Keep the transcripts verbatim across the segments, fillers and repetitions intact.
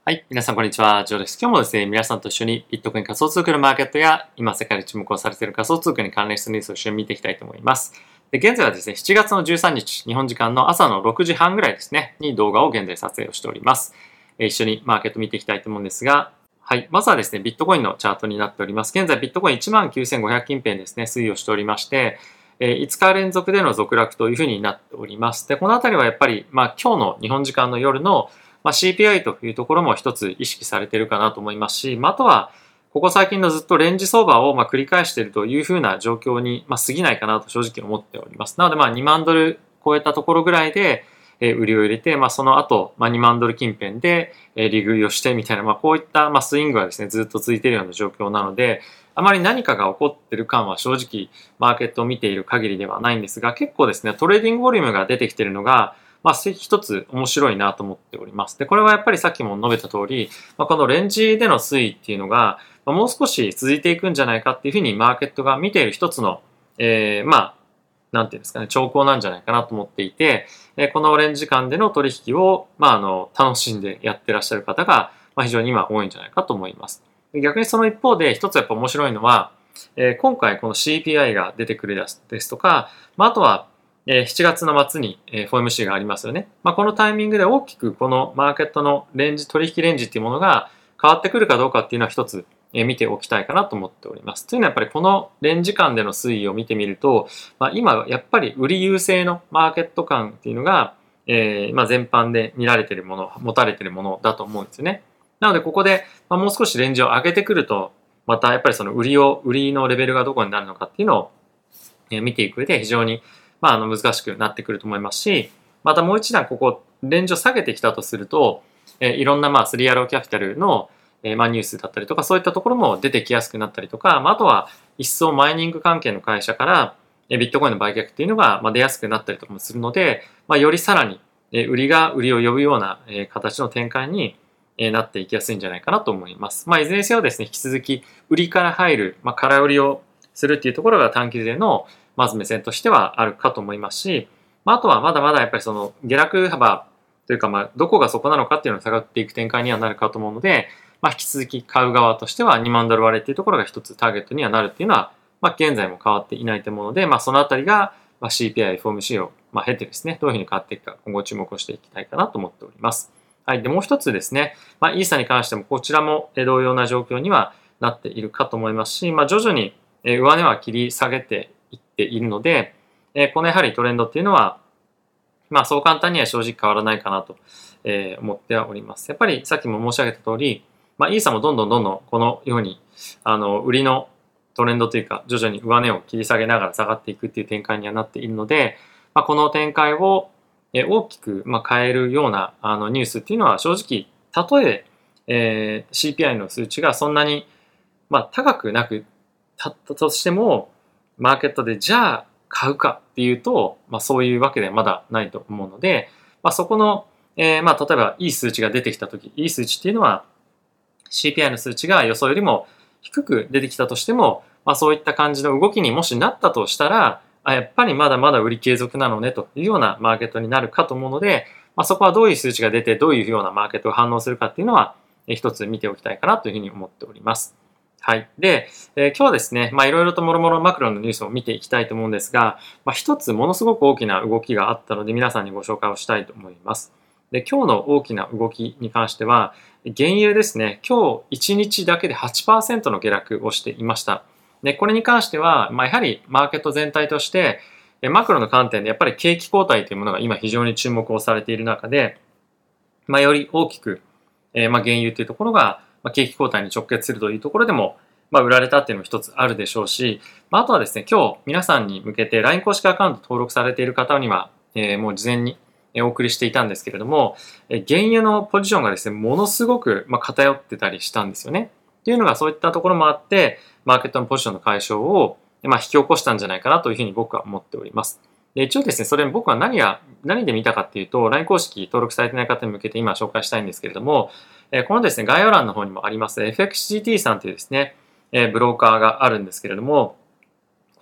はい。皆さん、こんにちは。ジョーです。今日もですね、皆さんと一緒にビットコイン仮想通貨のマーケットや、今世界で注目をされている仮想通貨に関連したニュースを一緒に見ていきたいと思います。で、現在はですね、しちがつのじゅうさんにち、日本時間の朝のろくじはんぐらいですね、に動画を現在撮影をしております。え一緒にマーケット見ていきたいと思うんですが、はい。まずはですね、ビットコインのチャートになっております。現在、ビットコインいちまんきゅうせんごひゃく近辺ですね、推移をしておりまして、いつか連続での続落というふうになっております。で、このあたりはやっぱり、まあ、今日の日本時間の夜のまあ、シーピーアイ というところも一つ意識されているかなと思いますし、まあ、あとは、ここ最近のずっとレンジ相場をまあ繰り返しているというふうな状況にまあ過ぎないかなと正直思っております。なので、まあにまんドル超えたところぐらいで、え売りを入れて、まあ、その後、まあ、にまんドル近辺で、え利食いをしてみたいな、まあ、こういったまあスイングがですね、ずっと続いているような状況なので、あまり何かが起こっている感は正直、マーケットを見ている限りではないんですが、結構ですね、トレーディングボリュームが出てきているのが、まあ、一つ面白いなと思っております。で、これはやっぱりさっきも述べた通り、まあ、このレンジでの推移っていうのが、まあ、もう少し続いていくんじゃないかっていうふうにマーケットが見ている一つの、えー、まあ、なんていうんですかね、兆候なんじゃないかなと思っていて、えー、このレンジ間での取引を、まあ、あの、楽しんでやってらっしゃる方が、まあ、非常に今多いんじゃないかと思います。逆にその一方で一つやっぱ面白いのは、えー、今回この シーピーアイ が出てくるですとか、まあ、あとは、しちがつの末に エフオーエムシー がありますよね。まあ、このタイミングで大きくこのマーケットのレンジ、取引レンジっていうものが変わってくるかどうかっていうのは一つ見ておきたいかなと思っております。というのはやっぱりこのレンジ間での推移を見てみると、まあ、今やっぱり売り優勢のマーケット感っていうのが、えー、まあ全般で見られているもの、持たれているものだと思うんですよね。なのでここでもう少しレンジを上げてくると、またやっぱりその売りを、売りのレベルがどこになるのかっていうのを見ていく上で非常にまあ、あの難しくなってくると思いますし、またもう一段ここ、レンジを下げてきたとすると、えー、いろんなまあスリーアールオーキャピタルの、えー、まあニュースだったりとか、そういったところも出てきやすくなったりとか、まあ、あとは一層マイニング関係の会社から、えー、ビットコインの売却っていうのが、まあ、出やすくなったりとかもするので、まあ、よりさらに、えー、売りが売りを呼ぶような、えー、形の展開に、えー、なっていきやすいんじゃないかなと思います。まあ、いずれにせよですね、引き続き売りから入る、まあ、空売りをするっていうところが短期勢のまず目線としてはあるかと思いますし、まあ、あとはまだまだやっぱりその下落幅というか、まあ、どこがそこなのかっていうのを下がっていく展開にはなるかと思うので、まあ、引き続き買う側としてはにまんドル割れっていうところが一つターゲットにはなるっていうのは、まあ、現在も変わっていないと思うので、まあ、そのあたりが シーピーアイ、エフオーエムシー をまあ経てですね、どういうふうに変わっていくか、今後注目をしていきたいかなと思っております。はい。で、もう一つですね、まあ、イーサに関してもこちらも同様な状況にはなっているかと思いますし、まあ、徐々に上値は切り下げていっているので、えー、このやはりトレンドっていうのは、まあそう簡単には正直変わらないかなと、えー、思ってはおります。やっぱりさっきも申し上げた通り、まあイーサもどんどんどんどんこのように、あの、売りのトレンドというか、徐々に上値を切り下げながら下がっていくっていう展開にはなっているので、まあこの展開を大きくまあ変えるようなあのニュースっていうのは正直、たとええー、シーピーアイ の数値がそんなにまあ高くなくたったとしても、マーケットでじゃあ買うかっていうと、まあそういうわけではまだないと思うので、まあそこの、えー、まあ例えばいい数値が出てきたとき、いい数値っていうのは シーピーアイ の数値が予想よりも低く出てきたとしても、まあそういった感じの動きにもしなったとしたら、あやっぱりまだまだ売り継続なのねというようなマーケットになるかと思うので、まあそこはどういう数値が出てどういうようなマーケットが反応するかっていうのは、一つ見ておきたいかなというふうに思っております。はい。で、えー、今日はですね、まあいろいろともろもろマクロのニュースを見ていきたいと思うんですが、まあ一つものすごく大きな動きがあったので皆さんにご紹介をしたいと思います。で、今日の大きな動きに関しては、原油ですね、今日いちにちだけで はちパーセント の下落をしていました。で、これに関しては、まあやはりマーケット全体として、マクロの観点でやっぱり景気後退というものが今非常に注目をされている中で、まあより大きく、えー、まあ原油というところが、まあ、景気後退に直結するというところでも、まあ、売られたっていうのも一つあるでしょうし、まあ、あとはですね、今日皆さんに向けて ライン 公式アカウント登録されている方には、えー、もう事前にお送りしていたんですけれども、えー、原油のポジションがですね、ものすごく、まあ、偏ってたりしたんですよね。っていうのがそういったところもあって、マーケットのポジションの解消を、まあ、引き起こしたんじゃないかなというふうに僕は思っております。で一応ですね、それ僕は何が、何で見たかっていうと、ライン 公式登録されてない方に向けて今紹介したいんですけれども、このですね、概要欄の方にもあります エフエックスジーティー さんというですね、ブローカーがあるんですけれども、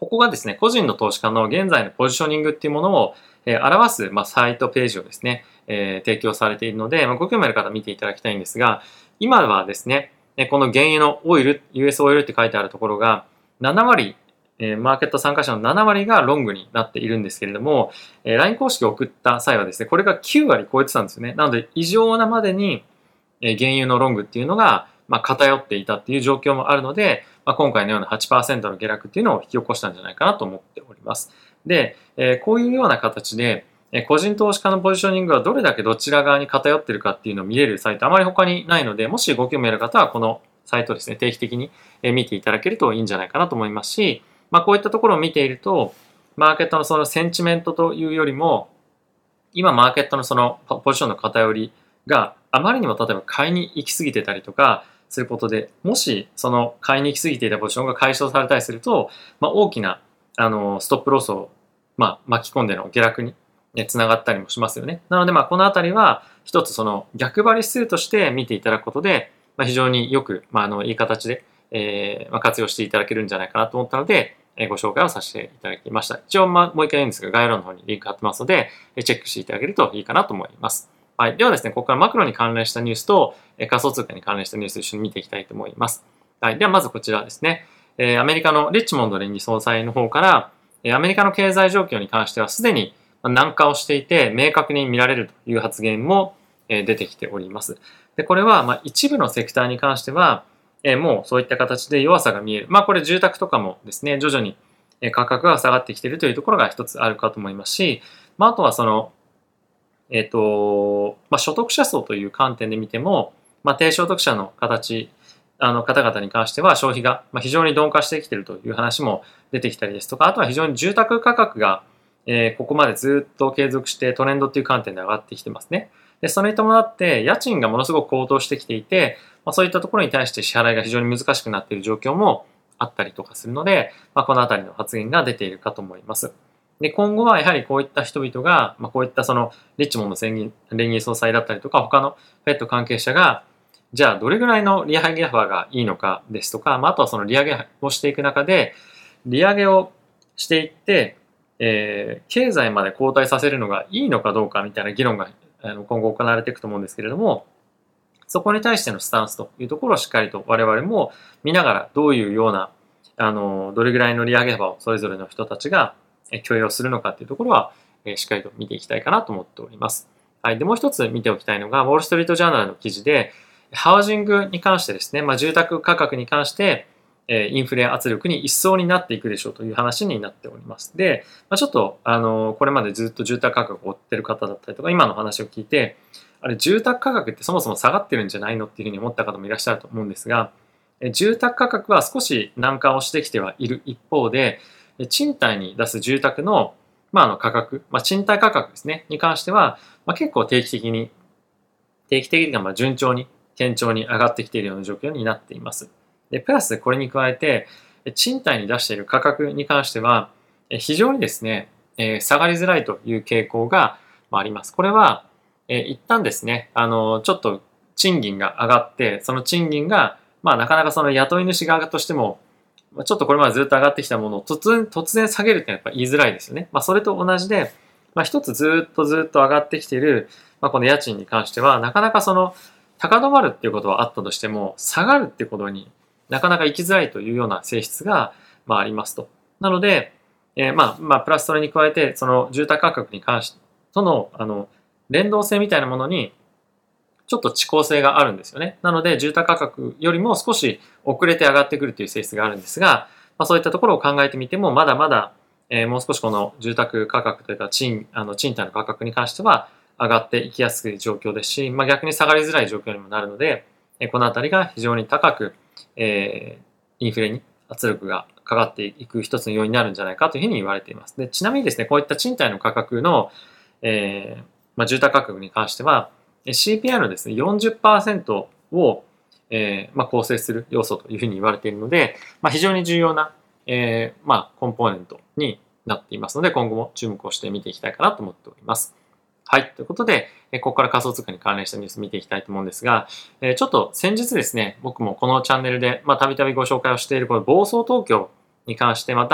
ここがですね、個人の投資家の現在のポジショニングっていうものを、えー、表す、まあ、サイトページをですね、えー、提供されているので、まあ、ご興味ある方は見ていただきたいんですが、今はですね、この原油のオイル、ユーエス オイルって書いてあるところが、なな割、えー、マーケット参加者のなな割がロングになっているんですけれども、えー、ライン 公式を送った際はですね、これがきゅう割超えてたんですよね。なので、異常なまでに、えー、原油のロングっていうのが、まあ、偏っていたっていう状況もあるので、まあ、今回のような はちパーセント の下落っていうのを引き起こしたんじゃないかなと思っております。で、えー、こういうような形で、えー、個人投資家のポジショニングがどれだけどちら側に偏っているかっていうのを見れるサイトあまり他にないので、もしご興味ある方はこのサイトですね、定期的に見ていただけるといいんじゃないかなと思いますし、まあ、こういったところを見ていると、マーケットのそのセンチメントというよりも、今マーケットのそのポジションの偏りがあまりにも例えば買いに行き過ぎてたりとかすることで、もしその買いに行き過ぎていたポジションが解消されたりすると、まあ、大きなあのストップロスをまあ巻き込んでの下落につながったりもしますよね。なのでまあこのあたりは一つその逆張り指数として見ていただくことで、まあ、非常によく、まあ、あのいい形で、えーまあ、活用していただけるんじゃないかなと思ったので、えー、ご紹介をさせていただきました。一応、まあ、もう一回言うんですが、概要欄の方にリンク貼ってますので、チェックしていただけるといいかなと思います。はい。ではですね、ここからマクロに関連したニュースと、えー、仮想通貨に関連したニュースを一緒に見ていきたいと思います。はい。では、まずこちらですね。えー、アメリカのリッチモンド連銀総裁の方から、えー、アメリカの経済状況に関してはすでに軟化をしていて、明確に見られるという発言も、えー、出てきております。で、これは、まあ、一部のセクターに関しては、えー、もうそういった形で弱さが見える。まあ、これ住宅とかもですね、徐々に価格が下がってきているというところが一つあるかと思いますし、まあ、あとはその、えっと、まあ、所得者層という観点で見ても、まあ、低所得者の形、あの方々に関しては消費が非常に鈍化してきているという話も出てきたりですとか、あとは非常に住宅価格が、えー、ここまでずっと継続してトレンドっていう観点で上がってきてますね。で、それに伴って家賃がものすごく高騰してきていて、まあ、そういったところに対して支払いが非常に難しくなっている状況もあったりとかするので、まあ、このあたりの発言が出ているかと思います。で、今後はやはりこういった人々が、まあ、こういったそのリッチモンド連銀総裁だったりとか、他のフェット関係者が、じゃあどれぐらいの利上げ幅がいいのかですとか、まあ、あとはその利上げをしていく中で、利上げをしていって、えー、経済まで後退させるのがいいのかどうかみたいな議論が今後行われていくと思うんですけれども、そこに対してのスタンスというところをしっかりと我々も見ながら、どういうような、あの、どれぐらいの利上げ幅をそれぞれの人たちが許容するのかというところは、しっかりと見ていきたいかなと思っております。はい。で、もう一つ見ておきたいのが、ウォールストリートジャーナルの記事で、ハウジングに関してですね、まあ、住宅価格に関して、インフレ圧力に一層になっていくでしょうという話になっております。で、まあ、ちょっと、あの、これまでずっと住宅価格を追ってる方だったりとか、今の話を聞いて、あれ、住宅価格ってそもそも下がってるんじゃないのっていうふうに思った方もいらっしゃると思うんですが、住宅価格は少し軟化をしてきてはいる一方で、賃貸に出す住宅の、まあ、あの価格、まあ、賃貸価格ですね、に関しては、まあ、結構定期的に、定期的にまあ順調に、堅調に上がってきているような状況になっています。で、プラスこれに加えて、賃貸に出している価格に関しては、非常にですね、下がりづらいという傾向があります。これは、一旦ですね、あの、ちょっと賃金が上がって、その賃金が、まあなかなかその雇い主側としても、ちょっとこれまでずっと上がってきたものを突然、突然下げるってやっぱ言いづらいですよね。まあそれと同じで、まあ一つずっとずっと上がってきている、まあこの家賃に関しては、なかなかその高止まるっていうことはあったとしても、下がるっていうことになかなか行きづらいというような性質が、まあ、ありますと。なので、えー、まあ、まあ、プラスそれに加えて、その住宅価格に関して、との、あの、連動性みたいなものに、ちょっと遅効性があるんですよね。なので、住宅価格よりも少し遅れて上がってくるという性質があるんですが、まあ、そういったところを考えてみても、まだまだ、えー、もう少しこの住宅価格というか、賃、あの、賃貸の価格に関しては、上がっていきやすい状況ですし、まあ、逆に下がりづらい状況にもなるので、このあたりが非常に高く、えー、インフレに圧力がかかっていく一つの要因になるんじゃないかというふうに言われています。で、ちなみにですね、こういった賃貸の価格の、えーまあ、住宅価格に関しては、シーピーアイ のですね、よんじゅっパーセント を、えーまあ、構成する要素というふうに言われているので、まあ、非常に重要な、えーまあ、コンポーネントになっていますので、今後も注目をして見ていきたいかなと思っております。はい。ということで、ここから仮想通貨に関連したニュース見ていきたいと思うんですが、ちょっと先日ですね、僕もこのチャンネルで、まあ、たびたびご紹介をしているこの暴走東京に関して、また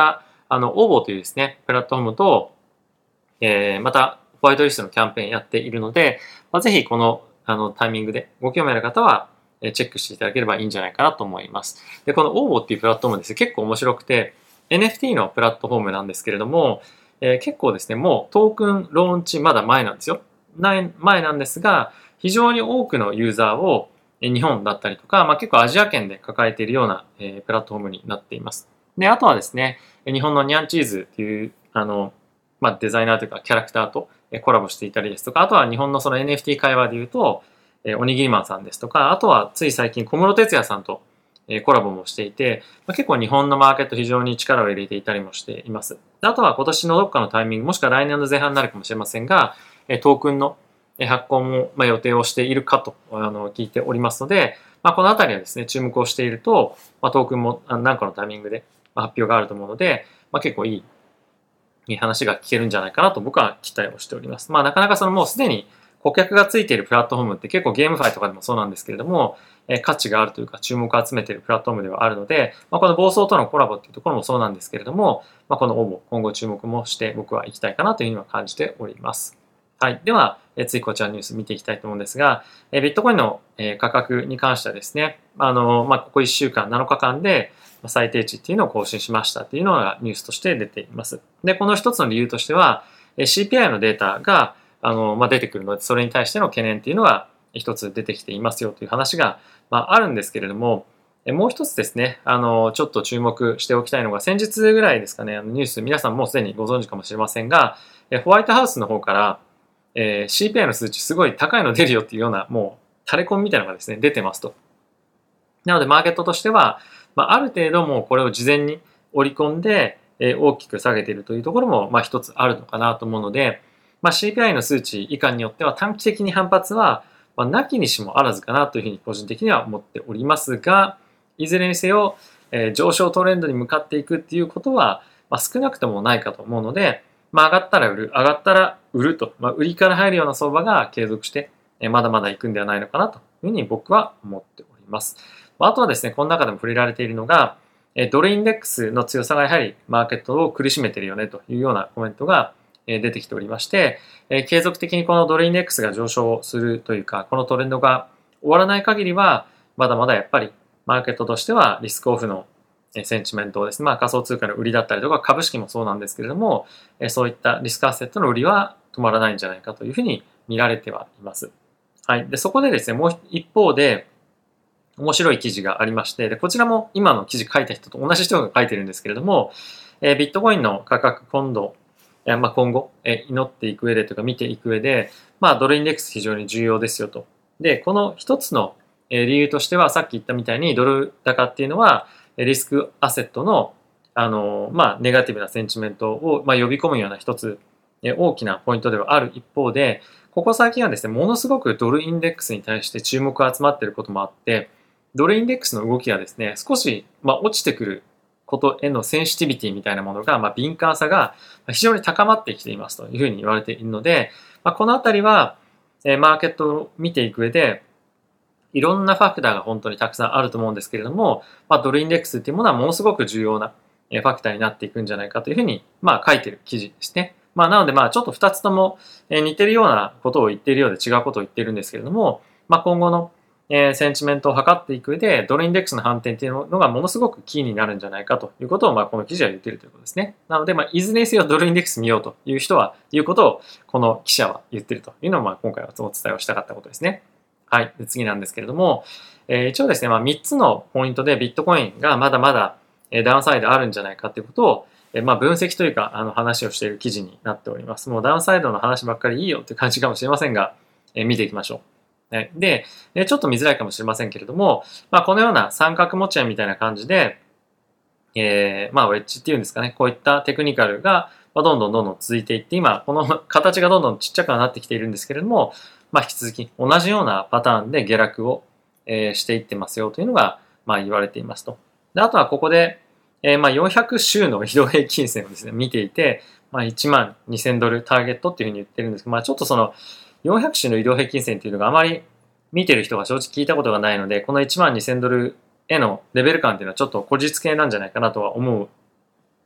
あの、オーボというですね、プラットフォームと、えー、また、ホワイトリストのキャンペーンやっているので、まあ、ぜひこの、あの、タイミングでご興味ある方は、チェックしていただければいいんじゃないかなと思います。で、このオーボっていうプラットフォームですね、結構面白くて、エヌエフティー のプラットフォームなんですけれども、えー、結構ですね、もうトークンローンチまだ前なんですよ。前なんですが、非常に多くのユーザーを日本だったりとか、まあ、結構アジア圏で抱えているような、えー、プラットフォームになっています。で、あとはですね、日本のニャンチーズっていう、あの、まあ、デザイナーというかキャラクターとコラボしていたりですとか、あとは日本のその エヌエフティー 会話で言うと、えー、おにぎりマンさんですとか、あとはつい最近小室哲哉さんとコラボもしていて、まあ、結構日本のマーケット非常に力を入れていたりもしています。あとは今年のどっかのタイミング、もしくは来年の前半になるかもしれませんが、トークンの発行も予定をしているかとあの聞いておりますので、まあ、このあたりはですね、注目をしていると、まあ、トークンも何かのタイミングで発表があると思うので、まあ、結構いいいい話が聞けるんじゃないかなと僕は期待をしております。まあなかなかそのもうすでに顧客がついているプラットフォームって結構ゲームファイとかでもそうなんですけれども、えー、価値があるというか注目を集めているプラットフォームではあるので、まあ、この暴走とのコラボっていうところもそうなんですけれども、まあ、この応募今後注目もして僕は行きたいかなというふうには感じております。はい。では、えー、次こちらのニュース見ていきたいと思うんですが、えー、ビットコインの、えー、価格に関してはですね、あのまあ、ここいっしゅうかん、なのかかんで最低値っていうのを更新しましたっていうのがニュースとして出ています。で、この一つの理由としては、シーピーアイ のデータがあの、まあ、出てくるので、それに対しての懸念っていうのが一つ出てきていますよという話が、まあ、あるんですけれども、もう一つですね、あの、ちょっと注目しておきたいのが、先日ぐらいですかね、あのニュース、皆さんもうすでにご存知かもしれませんが、ホワイトハウスの方から、えー、シーピーアイ の数値すごい高いの出るよっていうような、もう、タレコンみたいなのがですね、出てますと。なので、マーケットとしては、まあ、ある程度もうこれを事前に織り込んで、えー、大きく下げているというところも、まあ、一つあるのかなと思うので、まあ、シーピーアイ の数値以下によっては短期的に反発は、まあ、なきにしもあらずかなというふうに個人的には思っておりますが、いずれにせよ、えー、上昇トレンドに向かっていくっていうことは、まあ、少なくともないかと思うので、まあ、上がったら売る、上がったら売ると、まあ、売りから入るような相場が継続して、えー、まだまだ行くんではないのかなというふうに僕は思っております。あとはですね、この中でも触れられているのが、ドルインデックスの強さがやはりマーケットを苦しめているよねというようなコメントが出てきておりまして、継続的にこのドルインデックスが上昇するというか、このトレンドが終わらない限りは、まだまだやっぱりマーケットとしてはリスクオフのセンチメントをですね、まあ仮想通貨の売りだったりとか株式もそうなんですけれども、そういったリスクアセットの売りは止まらないんじゃないかというふうに見られてはいます。はい。で、そこでですね、もう一方で、面白い記事がありまして、で、こちらも今の記事書いた人と同じ人が書いてるんですけれども、えー、ビットコインの価格今度、えー、まあ、今後、えー、祈っていく上でというか見ていく上で、まあ、ドルインデックス非常に重要ですよと。で、この一つの理由としては、さっき言ったみたいにドル高っていうのは、リスクアセットの、あの、まあ、ネガティブなセンチメントを、まあ、呼び込むような一つ、大きなポイントではある一方で、ここ最近はですね、ものすごくドルインデックスに対して注目が集まっていることもあって、ドルインデックスの動きがですね、少し、まあ、落ちてくることへのセンシティビティみたいなものが、まあ、敏感さが非常に高まってきていますというふうに言われているので、まあ、このあたりは、えー、マーケットを見ていく上で、いろんなファクターが本当にたくさんあると思うんですけれども、まあ、ドルインデックスっていうものはものすごく重要なファクターになっていくんじゃないかというふうに、まあ、書いている記事ですね。まあ、なので、まあ、ちょっと二つとも似てるようなことを言っているようで違うことを言っているんですけれども、まあ、今後のえー、センチメントを測っていく上で、ドルインデックスの反転っていうのがものすごくキーになるんじゃないかということを、まあ、この記事は言っているということですね。なので、まあ、いずれにせよドルインデックス見ようという人は、いうことを、この記者は言っているというのを、まあ、今回はお伝えをしたかったことですね。はい。で次なんですけれども、えー、一応ですね、まあ、みっつのポイントでビットコインがまだまだダウンサイドあるんじゃないかということを、えー、まあ、分析というか、あの話をしている記事になっております。もうダウンサイドの話ばっかりいいよという感じかもしれませんが、えー、見ていきましょう。で、ちょっと見づらいかもしれませんけれども、まあ、このような三角持ち合いみたいな感じで、えー、まあ、ウェッジっていうんですかね、こういったテクニカルがどんどんどんどん続いていって、今、この形がどんどんちっちゃくはなってきているんですけれども、まあ、引き続き同じようなパターンで下落を、えー、していってますよというのが、まあ、言われていますと。で、あとはここで、えー、まあ、よんひゃく週の移動平均線をですね、見ていて、まあ、いちまんにせんドルターゲットっていうふうに言ってるんですけど、まあ、ちょっとその、よんひゃく種の移動平均線っていうのがあまり見てる人が正直聞いたことがないので、このいちまんにせんドルへのレベル感っていうのはちょっとこじつけなんじゃないかなとは思う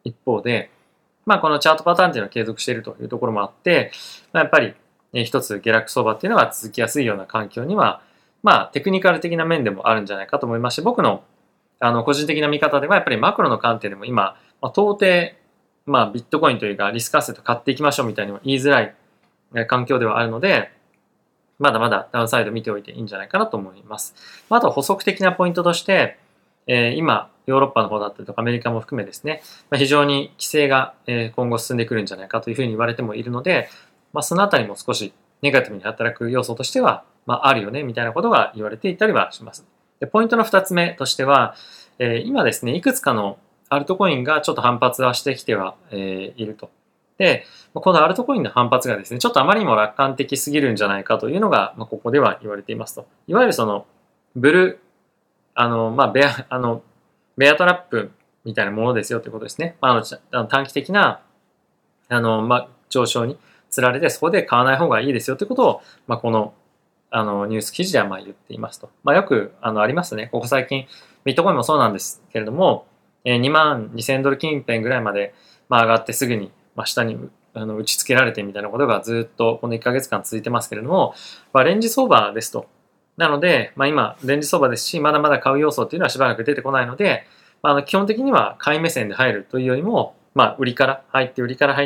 一方で、まあ、このチャートパターンっていうのは継続しているというところもあって、まあ、やっぱり、え一つ下落相場っていうのが続きやすいような環境には、まあ、テクニカル的な面でもあるんじゃないかと思いますし、僕の、あの、個人的な見方では、やっぱりマクロの観点でも今、まあ、到底、まあ、ビットコインというか、リスクアセット買っていきましょうみたいにも言いづらい環境ではあるので、まだまだダウンサイド見ておいていいんじゃないかなと思います。あと補足的なポイントとして、えー、今、ヨーロッパの方だったりとかアメリカも含めですね、まあ、非常に規制が今後進んでくるんじゃないかというふうに言われてもいるので、まあ、そのあたりも少しネガティブに働く要素としては、まあ、あるよねみたいなことが言われていたりはします。でポイントのふたつめとしては、えー、今ですね、いくつかのアルトコインがちょっと反発はしてきては、えー、いると。で、このアルトコインの反発がですね、ちょっとあまりにも楽観的すぎるんじゃないかというのが、まあ、ここでは言われていますと。いわゆるその、ブル、あの、まあ、ベア、あの、ベアトラップみたいなものですよということですね。まあ、あの短期的な、あの、まあ、上昇につられて、そこで買わない方がいいですよということを、まあ、この、あの、ニュース記事ではまあ言っていますと。まあ、よく、あの、ありますね。ここ最近、ビットコインもそうなんですけれども、にまんにせんドル近辺ぐらいまで、まあ、上がってすぐに、まあ、下にあの打ち付けられてみたいなことがずっとこのいっかげつかん続いてますけれども、まあ、レンジ相場ですと。なので、まあ、今、レンジ相場ですし、まだまだ買う要素っていうのはしばらく出てこないので、まあ、あの基本的には買い目線で入るというよりも、まあ、売りから入って、売りから入って、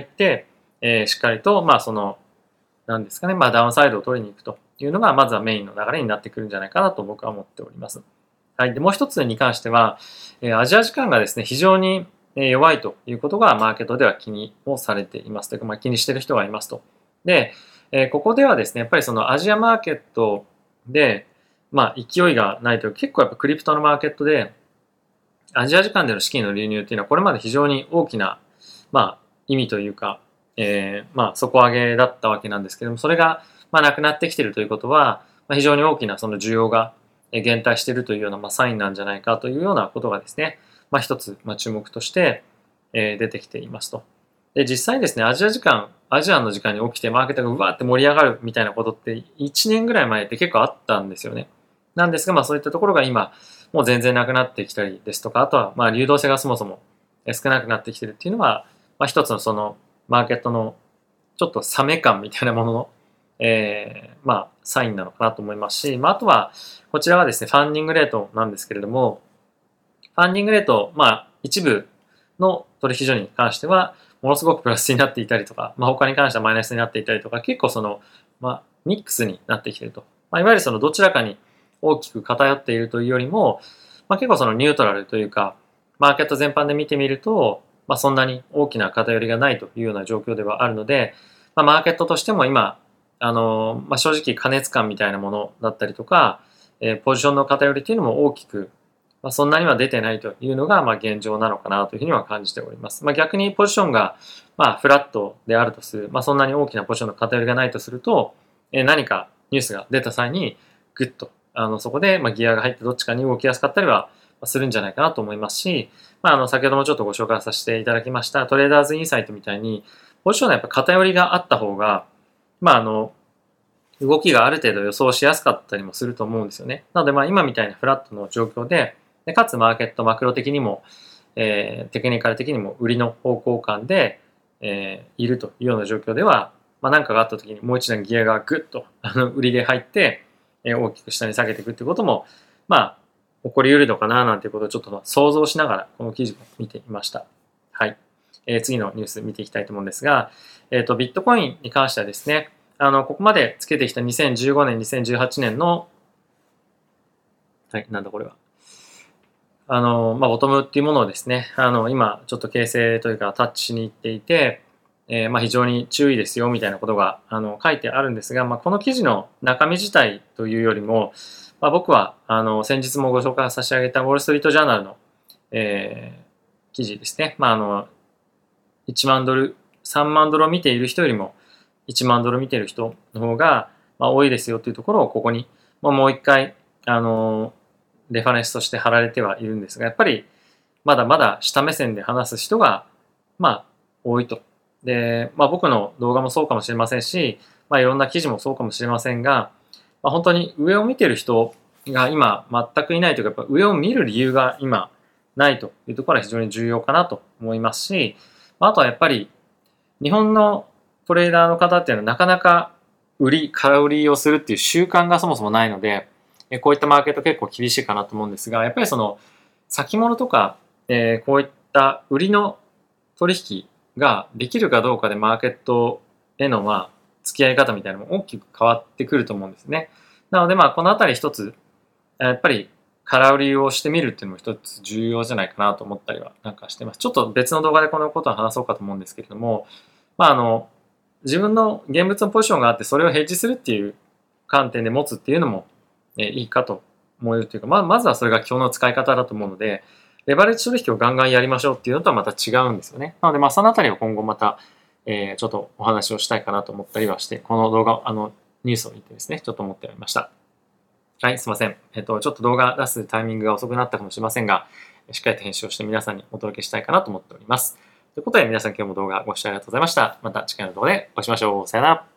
えー、しっかりと、まあ、その、なんですかね、まあ、ダウンサイドを取りに行くというのが、まずはメインの流れになってくるんじゃないかなと僕は思っております。はい。で、もう一つに関しては、えー、アジア時間がですね、非常に弱いということがマーケットでは気にをされていますというか、まあ、気にしている人がいますと。で、えー、ここではですね、やっぱりそのアジアマーケットで、まあ、勢いがないという結構やっぱクリプトのマーケットで、アジア時間での資金の流入っていうのはこれまで非常に大きな、まあ、意味というか、えー、まあ、底上げだったわけなんですけども、それが、まあ、なくなってきているということは、まあ、非常に大きなその需要が減退しているというような、まあ、サインなんじゃないかというようなことがですね、まあ、一つ、まあ、注目として、えー、出てきていますと。で、実際ですね、アジア時間、アジアの時間に起きてマーケットがうわーって盛り上がるみたいなことっていちねんぐらい前って結構あったんですよね。なんですが、まあそういったところが今、もう全然なくなってきたりですとか、あとはまあ流動性がそもそも少なくなってきてるっていうのは、まあ一つのそのマーケットのちょっと冷め感みたいなものの、えー、まあサインなのかなと思いますし、まああとは、こちらはですね、ファンディングレートなんですけれども、ファンディングレート、まあ一部の取引所に関しては、ものすごくプラスになっていたりとか、まあ、他に関してはマイナスになっていたりとか、結構その、まあ、ミックスになってきていると。まあ、いわゆるそのどちらかに大きく偏っているというよりも、まあ、結構そのニュートラルというか、マーケット全般で見てみると、まあ、そんなに大きな偏りがないというような状況ではあるので、まあ、マーケットとしても今、あの、まあ、正直過熱感みたいなものだったりとか、えー、ポジションの偏りというのも大きく、まあ、そんなには出てないというのがまあ現状なのかなというふうには感じております。まあ、逆にポジションがまあフラットであるとする、まあ、そんなに大きなポジションの偏りがないとすると、えー、何かニュースが出た際にグッとあのそこでまあギアが入ってどっちかに動きやすかったりはするんじゃないかなと思いますし、まあ、あの先ほどもちょっとご紹介させていただきましたトレーダーズインサイトみたいにポジションのやっぱ偏りがあった方が、まあ、あの動きがある程度予想しやすかったりもすると思うんですよね。なのでまあ今みたいなフラットの状況で、でかつマーケットマクロ的にも、えー、テクニカル的にも売りの方向感で、えー、いるというような状況では、まあ、何かがあった時にもう一段ギアがグッとあの売りで入って、えー、大きく下に下げていくっていうことも、まあ、起こり得るのかななんていうことをちょっと想像しながらこの記事を見ていました。はい。えー、次のニュース見ていきたいと思うんですが、えっと、ビットコインに関してはですね、あの、ここまでつけてきたにせんじゅうごねん、にせんじゅうはちねんの、はい、なんだこれは。あの、まあ、ボトムっていうものをですね、あの、今、ちょっと形成というかタッチしに行っていて、えー、まあ、非常に注意ですよ、みたいなことが、あの、書いてあるんですが、まあ、この記事の中身自体というよりも、まあ、僕は、あの、先日もご紹介差し上げたウォール・ストリート・ジャーナルの、えー、記事ですね。まあ、あの、いちまんドル、さんまんドルを見ている人よりも、いちまんドル見ている人の方が、まあ、多いですよというところを、ここに、まあ、もう一回、あの、レファレンスとして貼られてはいるんですが、やっぱりまだまだ下目線で話す人が、まあ、多いと。で、まあ僕の動画もそうかもしれませんし、まあいろんな記事もそうかもしれませんが、まあ、本当に上を見てる人が今全くいないというか、やっぱ上を見る理由が今ないというところは非常に重要かなと思いますし、あとはやっぱり日本のトレーダーの方っていうのはなかなか売り、空売りをするっていう習慣がそもそもないので、こういったマーケット結構厳しいかなと思うんですが、やっぱりその先物とか、えー、こういった売りの取引ができるかどうかでマーケットへのまあ付き合い方みたいなのも大きく変わってくると思うんですね。なのでまあこのあたり一つ、やっぱり空売りをしてみるっていうのも一つ重要じゃないかなと思ったりはなんかしてます。ちょっと別の動画でこのことを話そうかと思うんですけれども、まああの、自分の現物のポジションがあってそれをヘッジするっていう観点で持つっていうのもいいかと思えるというか、まあ、まずはそれが今日の使い方だと思うので、レバレッジ取引をガンガンやりましょうっていうのとはまた違うんですよね。なので、まあ、そのあたりは今後また、えー、ちょっとお話をしたいかなと思ったりはして、この動画、あの、ニュースを見てですね、ちょっと思っておりました。はい、すいません。えっと、ちょっと動画出すタイミングが遅くなったかもしれませんが、しっかりと編集をして皆さんにお届けしたいかなと思っております。ということで、皆さん今日も動画ご視聴ありがとうございました。また次回の動画でお会いしましょう。さよなら。